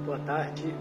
Boa tarde.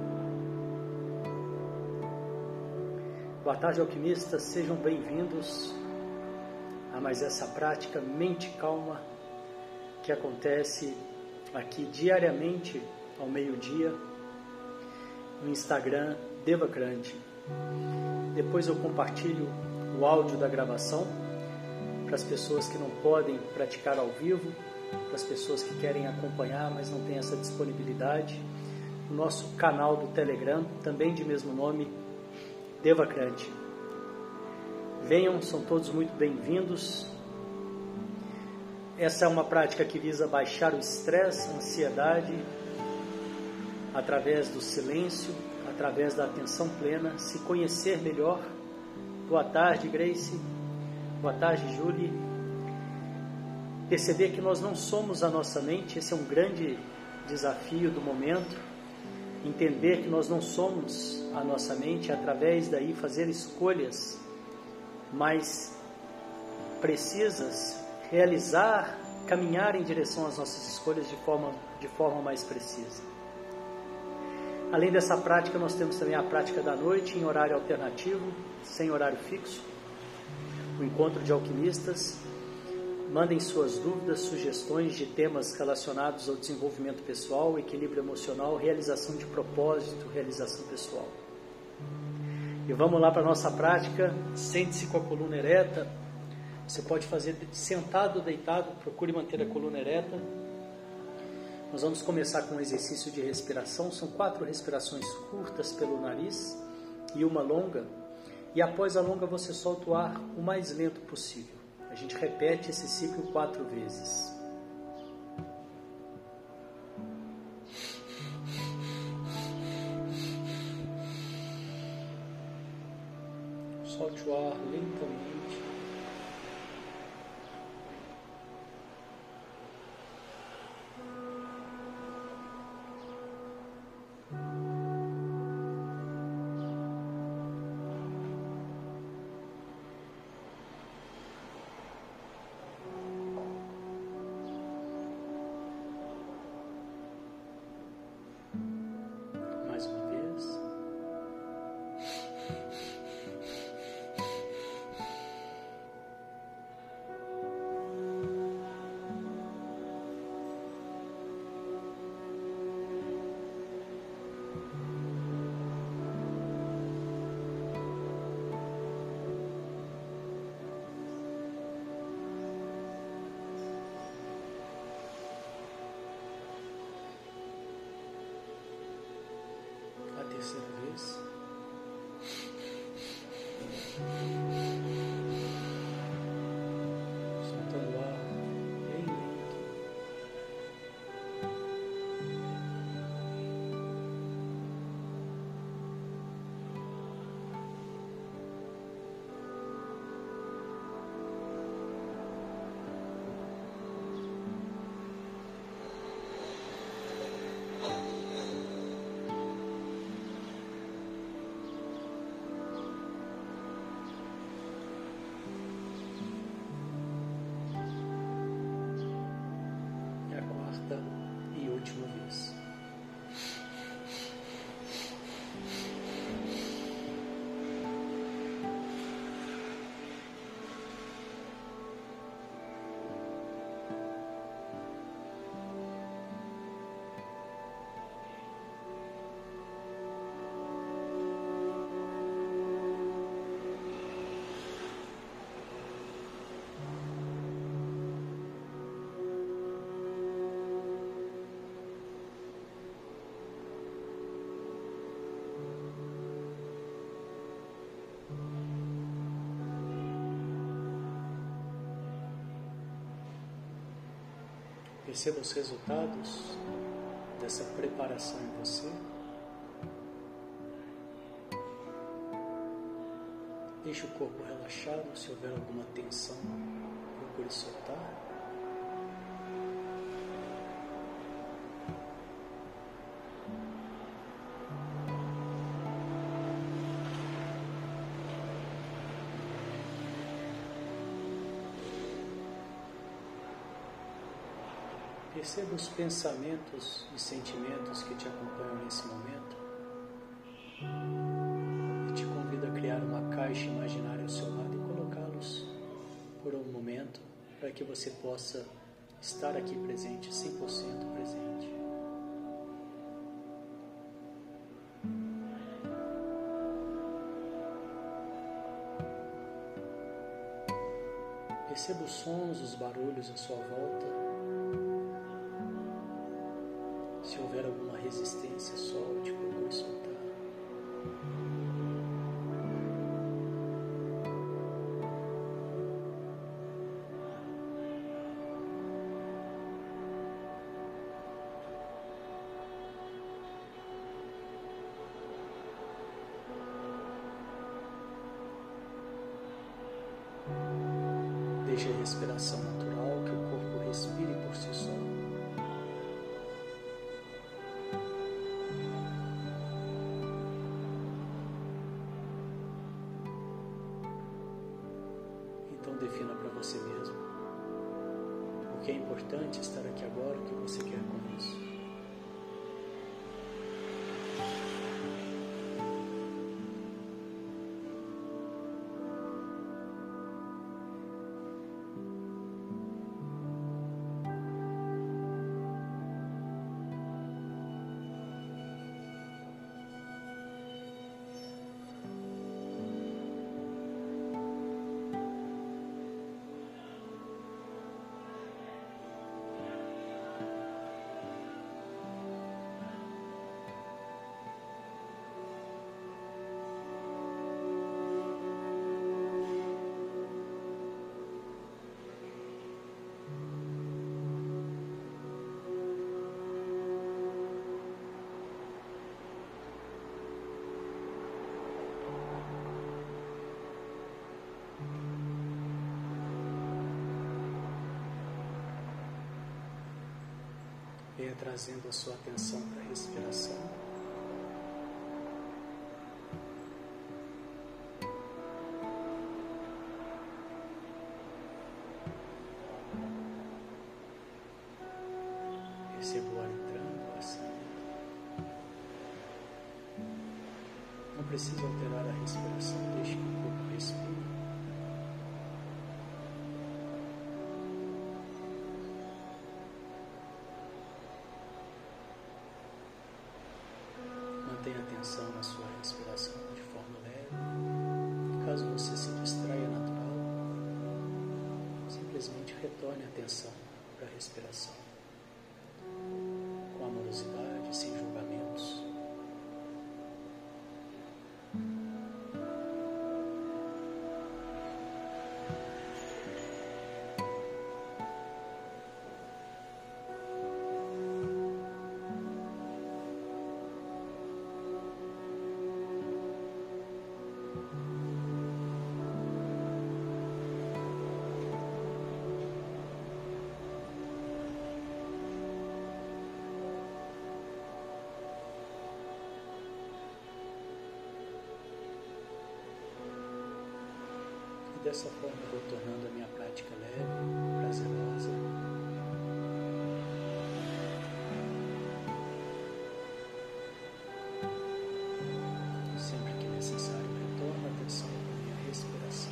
Boa tarde, alquimistas. Sejam bem-vindos a mais essa prática Mente Calma que acontece aqui diariamente ao meio-dia no Instagram Devacrante. Depois eu compartilho o áudio da gravação para as pessoas que não podem praticar ao vivo, para as pessoas que querem acompanhar, mas não têm essa disponibilidade. O nosso canal do Telegram, também de mesmo nome, Devacrante. Venham, são todos muito bem-vindos. Essa é uma prática que visa baixar o estresse, a ansiedade, através do silêncio, através da atenção plena, se conhecer melhor. Boa tarde, Grace. Boa tarde, Julie. Perceber que nós não somos a nossa mente, esse é um grande desafio do momento. Entender que nós não somos a nossa mente, através daí fazer escolhas mais precisas, realizar, caminhar em direção às nossas escolhas de forma mais precisa. Além dessa prática, nós temos também a prática da noite em horário alternativo, sem horário fixo, o encontro de alquimistas. Mandem suas dúvidas, sugestões de temas relacionados ao desenvolvimento pessoal, equilíbrio emocional, realização de propósito, realização pessoal. E vamos lá para a nossa prática. Sente-se com a coluna ereta. Você pode fazer sentado ou deitado, procure manter a coluna ereta. Nós vamos começar com um exercício de respiração. São 4 respirações curtas pelo nariz e uma longa. E após a longa você solta o ar o mais lento possível. A gente repete esse ciclo 4 vezes. Solte o ar lentamente. Mais uma vez. A terceira vez. Soltando o ar bem lento. E última vez. Perceba os resultados dessa preparação em você. Deixe o corpo relaxado. Se houver alguma tensão, procure soltar. Perceba os pensamentos e sentimentos que te acompanham nesse momento e te convido a criar uma caixa imaginária ao seu lado e colocá-los por um momento para que você possa estar aqui presente, 100% presente. Perceba os sons, os barulhos à sua volta. Se houver alguma resistência, solte, procure soltar. Deixe a respiração natural, que o corpo respire por si só. Então defina para você mesmo o que é importante estar aqui agora, o que você quer com isso. Venha trazendo a sua atenção para a respiração. Perceba o ar entrando, passando. Não precisa alterar a respiração, deixe que o corpo respire. Mantenha atenção na sua respiração de forma leve. Caso você se distraia natural, simplesmente retorne a atenção para a respiração, com amorosidade, sem julgamentos. Dessa forma, vou tornando a minha prática leve, prazerosa. Sempre que necessário, retorno a atenção para a minha respiração.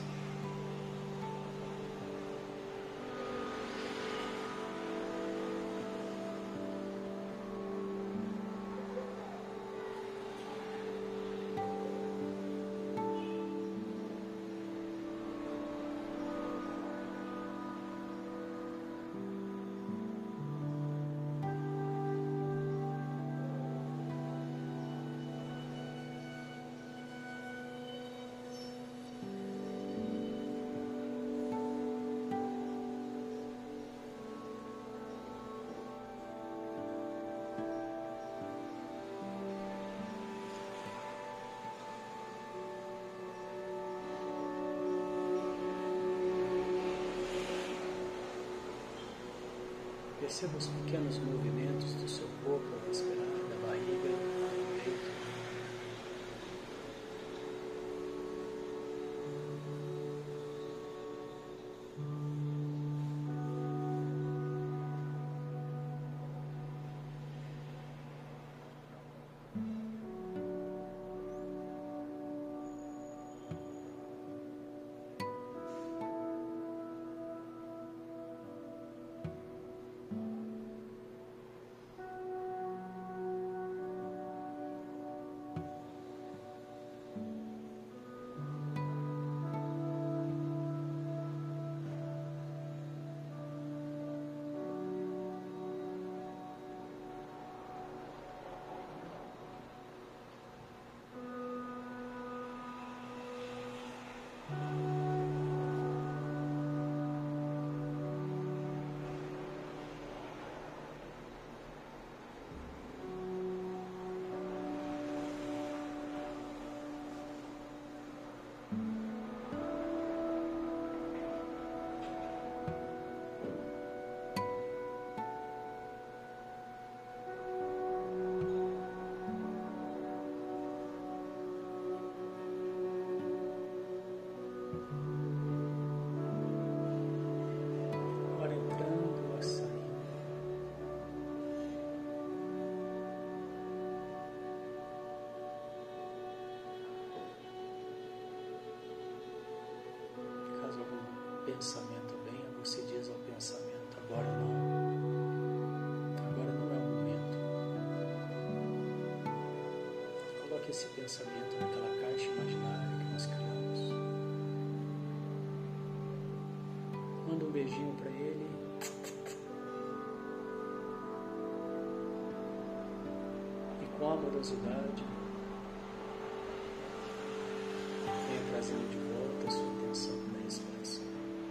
Perceba os pequenos movimentos do seu corpo ao respirar, da barriga, do peito. pensamento venha, você diz ao pensamento: agora não. Agora não é o momento. Coloque esse pensamento naquela caixa imaginária que nós criamos. Manda um beijinho para ele. E com amorosidade, venha trazendo de volta a sua atenção para a respiração.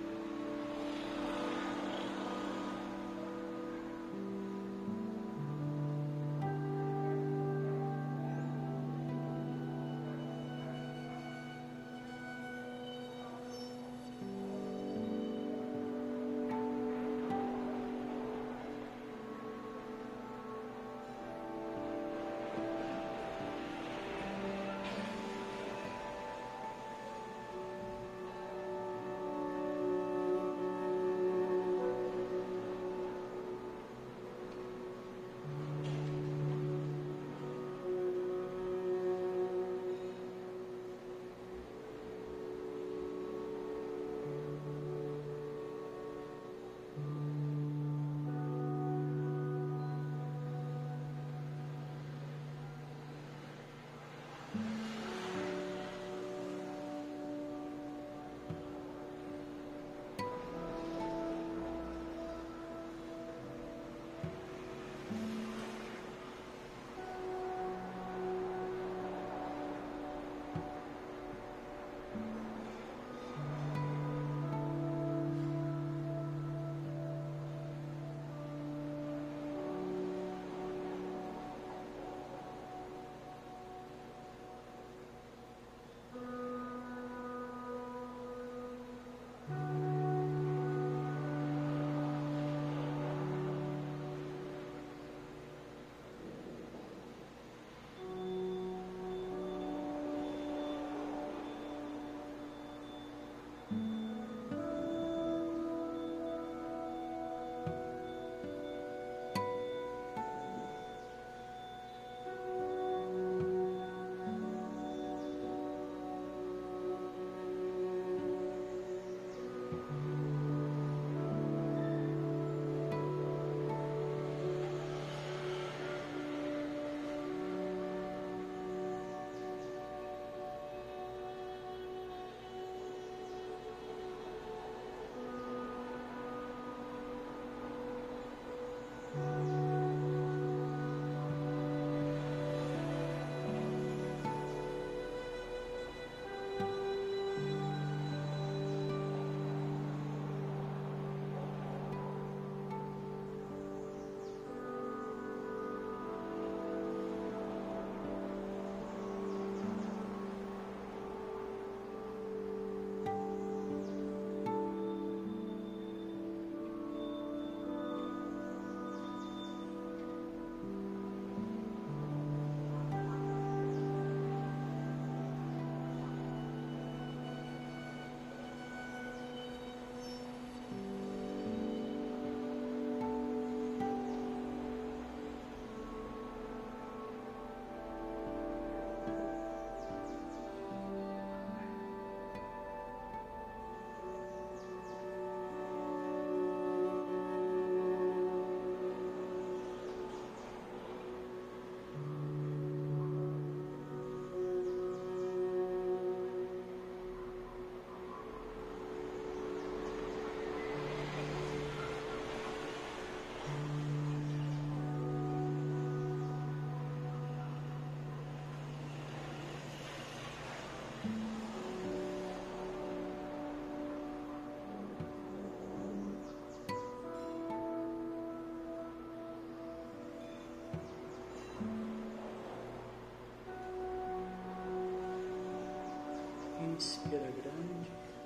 Inspira grande,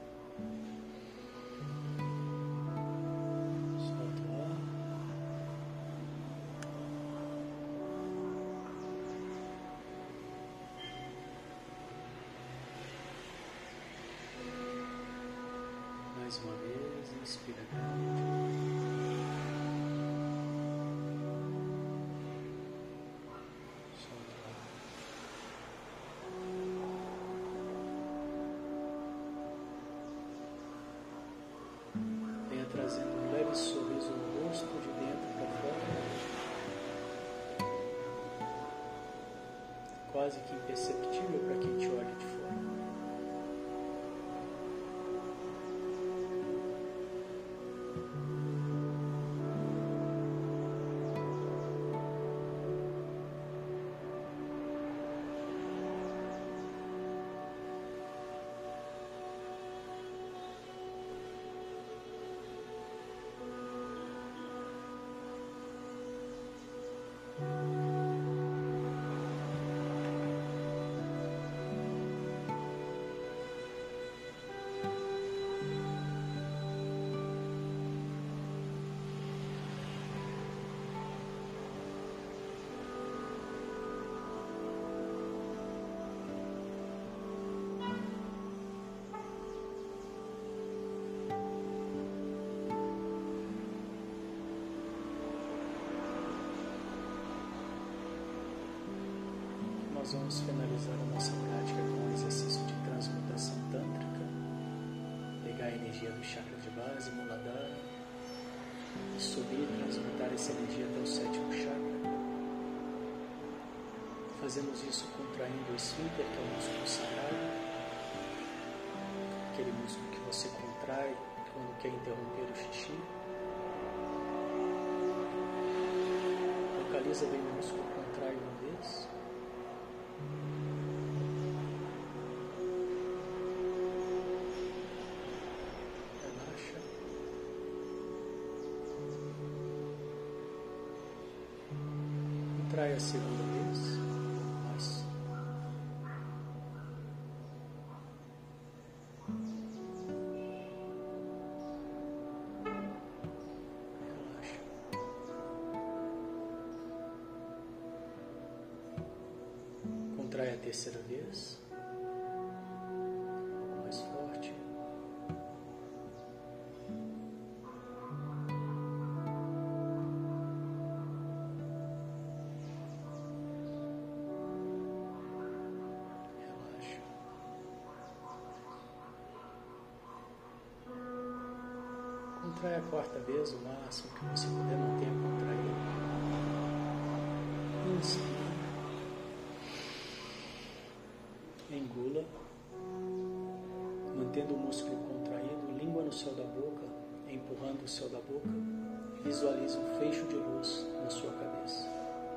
solta o ar, mais uma vez, inspira grande, solta o ar. trazendo um leve sorriso no rosto, de dentro para fora, quase que imperceptível para quem te olha de fora. Nós vamos finalizar a nossa prática com um exercício de transmutação tântrica, pegar a energia do chakra de base, Muladhara, e subir e transmutar essa energia até o 7º chakra. Fazemos isso contraindo o esfíncter, que é o músculo sagrado, aquele músculo que você contrai quando quer interromper o xixi. Localiza bem o músculo, contrai uma vez. Relaxa. Contrai a segunda vez. Mais. Relaxa. Contrai a terceira vez. Um pouco mais forte. Relaxa. Contrai a quarta vez, o máximo que você puder, manter contraído. Inspira. Engula, mantendo o músculo contraído, língua no céu da boca, empurrando o céu da boca, e visualize um feixe de luz na sua cabeça.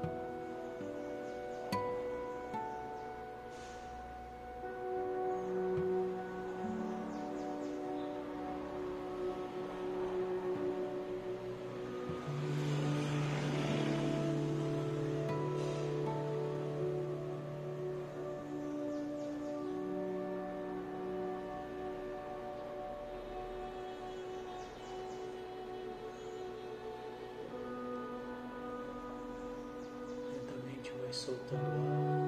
Vai soltando o ar.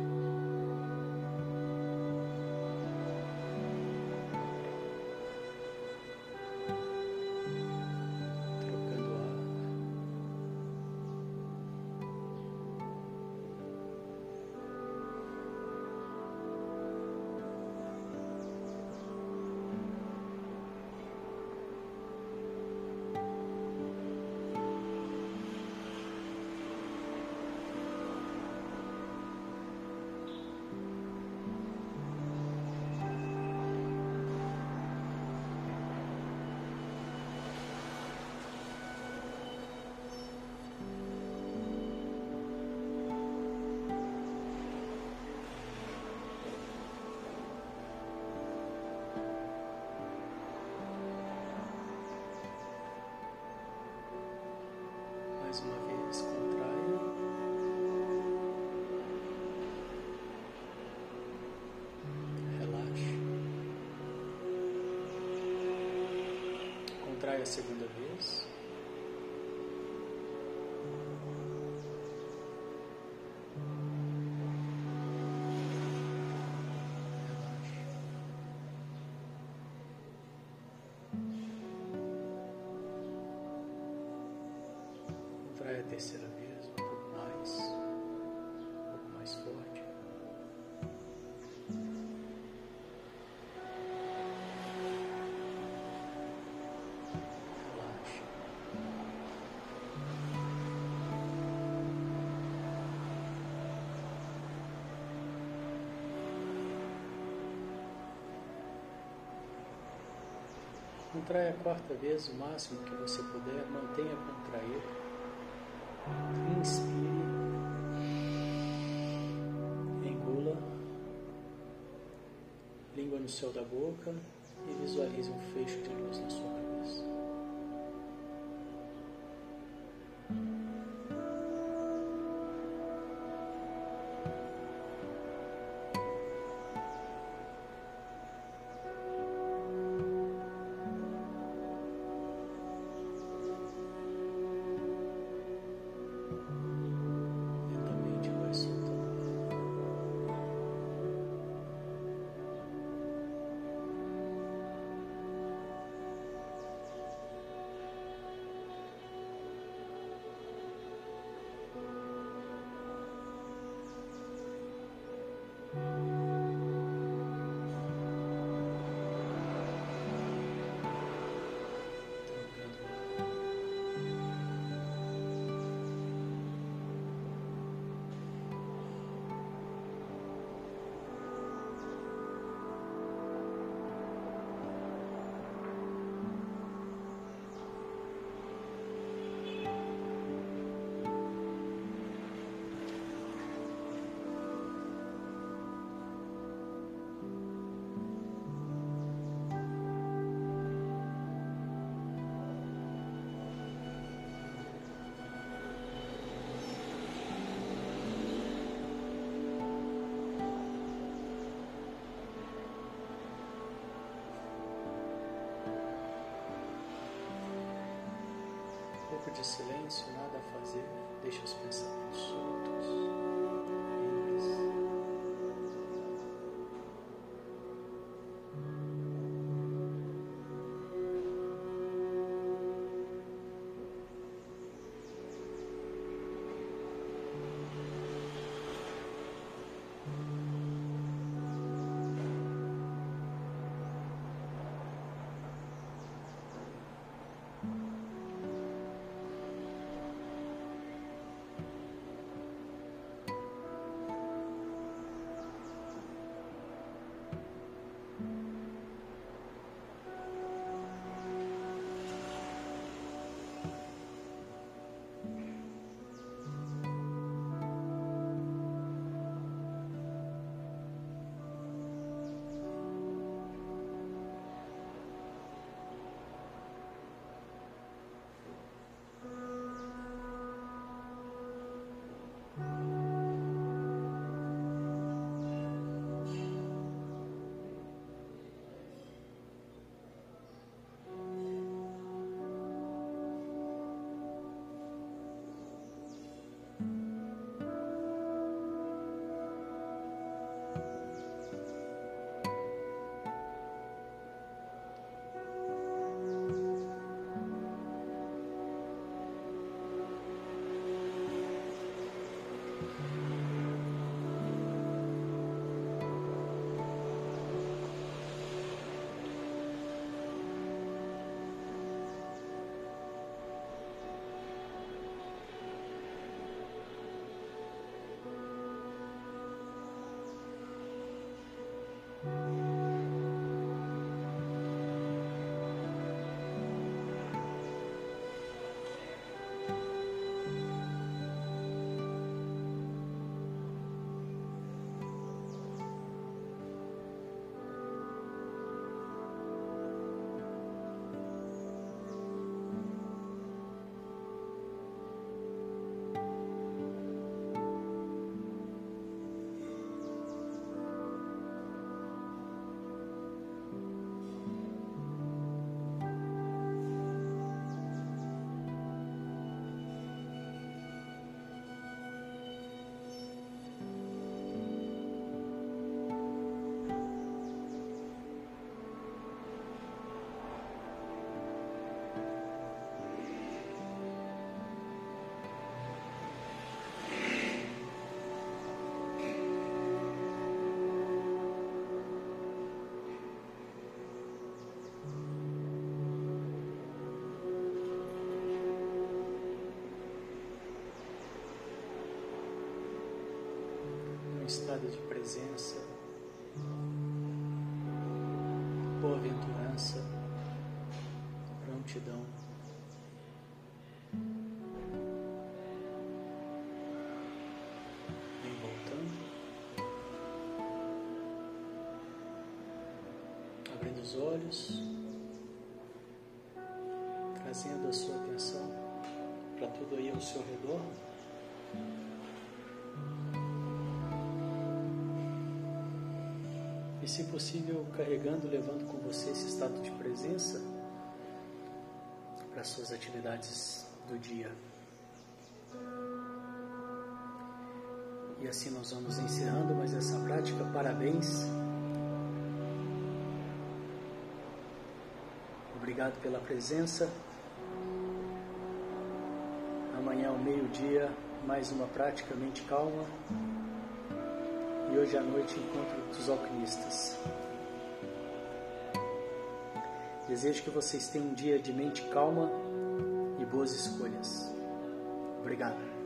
Trocando ar. Mais uma vez, contraia. Relaxa. Contrai a segunda vez. Relaxa. Contrai a terceira vez, um pouco mais forte. Relaxa. Contraia a quarta vez o máximo que você puder, mantenha contraído. Inspire, engula, língua no céu da boca e visualize um fecho de luz na sua cabeça. De silêncio, nada a fazer, deixa os pensamentos soltos, livres. estado de presença, boa-aventurança, multidão. Vem voltando, abrindo os olhos, trazendo a sua atenção para tudo aí ao seu redor. E, se possível, carregando, levando com você esse estado de presença para as suas atividades do dia. E assim nós vamos encerrando mais essa prática. Parabéns. Obrigado pela presença. Amanhã ao meio-dia, mais uma prática Mente Calma. E hoje à noite, Encontro dos Alquimistas. Desejo que vocês tenham um dia de mente calma e boas escolhas. Obrigado.